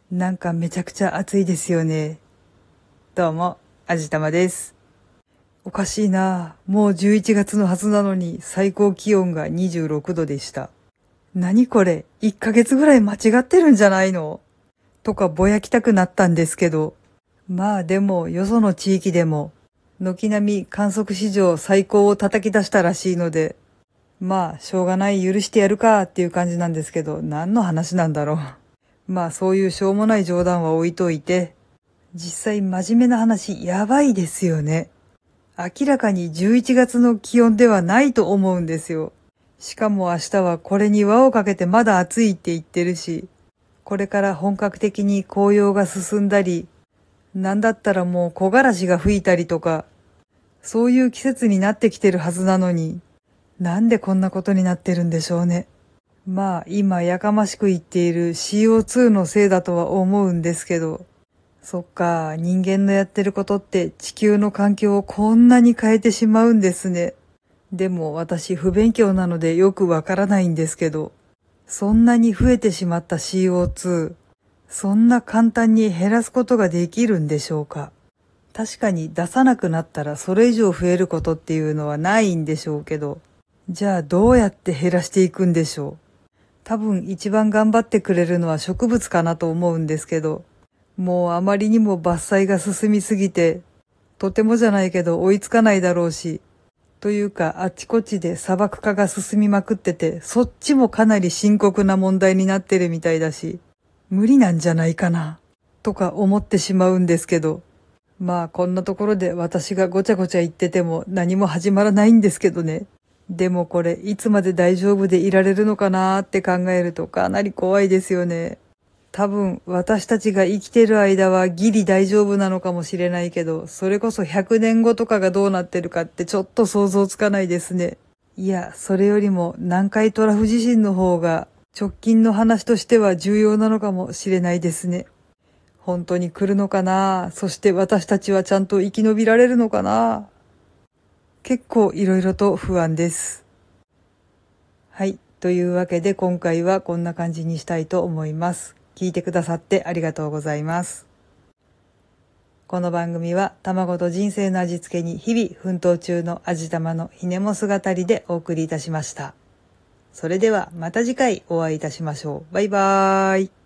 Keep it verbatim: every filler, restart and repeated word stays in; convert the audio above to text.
なんかめちゃくちゃ暑いですよね。どうも、あじたまです。おかしいな。もうじゅういちがつのはずなのに最高気温がにじゅうろくどでした。何これ ?いっ ヶ月ぐらい間違ってるんじゃないのとかぼやきたくなったんですけど。まあでもよその地域でも軒並み観測史上最高を叩き出したらしいので、まあしょうがない許してやるかっていう感じなんですけど、何の話なんだろう。まあそういうしょうもない冗談は置いといて、実際真面目な話やばいですよね。明らかにじゅういちがつの気温ではないと思うんですよ。しかも明日はこれに輪をかけてまだ暑いって言ってるし、これから本格的に紅葉が進んだり、なんだったらもう木枯らしが吹いたりとか、そういう季節になってきてるはずなのに、なんでこんなことになってるんでしょうね。まあ今やかましく言っている シーオーツー のせいだとは思うんですけど、そっか、人間のやってることって地球の環境をこんなに変えてしまうんですね。でも私不勉強なのでよくわからないんですけど、そんなに増えてしまった シーオーツー、そんな簡単に減らすことができるんでしょうか。確かに出さなくなったらそれ以上増えることっていうのはないんでしょうけど、じゃあどうやって減らしていくんでしょう。多分一番頑張ってくれるのは植物かなと思うんですけど、もうあまりにも伐採が進みすぎて、とてもじゃないけど追いつかないだろうし、というかあっちこっちで砂漠化が進みまくってて、そっちもかなり深刻な問題になってるみたいだし、無理なんじゃないかな、とか思ってしまうんですけど、まあこんなところで私がごちゃごちゃ言ってても何も始まらないんですけどね。でもこれいつまで大丈夫でいられるのかなーって考えるとかなり怖いですよね。多分私たちが生きてる間はギリ大丈夫なのかもしれないけど、それこそひゃくねんごとかがどうなってるかってちょっと想像つかないですね。いや、それよりも南海トラフ地震の方が直近の話としては重要なのかもしれないですね。本当に来るのかな？そして私たちはちゃんと生き延びられるのかな？結構いろいろと不安です。はい。というわけで今回はこんな感じにしたいと思います。聞いてくださってありがとうございます。この番組は卵と人生の味付けに日々奮闘中の味玉のひねも姿りでお送りいたしました。それではまた次回お会いいたしましょう。バイバーイ。